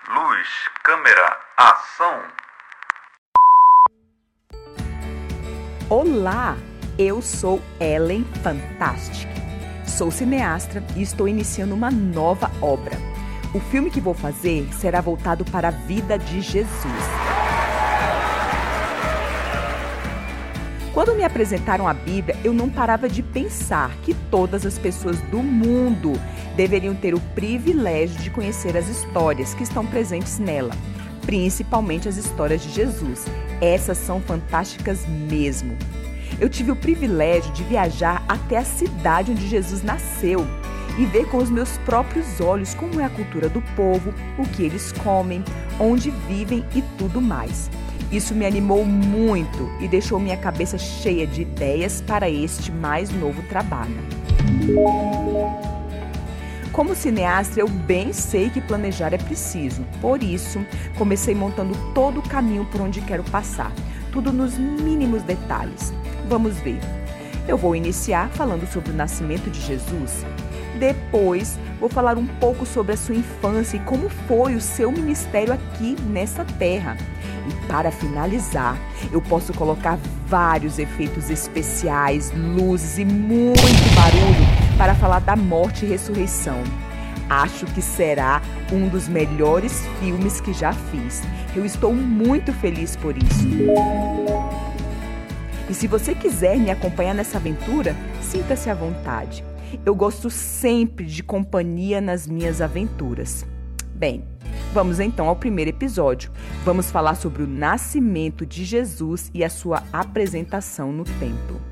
Luz, câmera, ação! Olá, eu sou Ellen Fantastic. Sou cineasta e estou iniciando uma nova obra. O filme que vou fazer será voltado para a vida de Jesus. Quando me apresentaram a Bíblia, eu não parava de pensar que todas as pessoas do mundo deveriam ter o privilégio de conhecer as histórias que estão presentes nela, principalmente as histórias de Jesus. Essas são fantásticas mesmo. Eu tive o privilégio de viajar até a cidade onde Jesus nasceu e ver com os meus próprios olhos como é a cultura do povo, o que eles comem, onde vivem e tudo mais. Isso me animou muito e deixou minha cabeça cheia de ideias para este mais novo trabalho. Como cineasta, eu bem sei que planejar é preciso. Por isso, comecei montando todo o caminho por onde quero passar, tudo nos mínimos detalhes. Vamos ver. Eu vou iniciar falando sobre o nascimento de Jesus. Depois, vou falar um pouco sobre a sua infância e como foi o seu ministério aqui nessa terra. E para finalizar, eu posso colocar vários efeitos especiais, luzes e muito barulho para falar da morte e ressurreição. Acho que será um dos melhores filmes que já fiz. Eu estou muito feliz por isso. E se você quiser me acompanhar nessa aventura, sinta-se à vontade. Eu gosto sempre de companhia nas minhas aventuras. Bem, vamos então ao primeiro episódio. Vamos falar sobre o nascimento de Jesus e a sua apresentação no templo.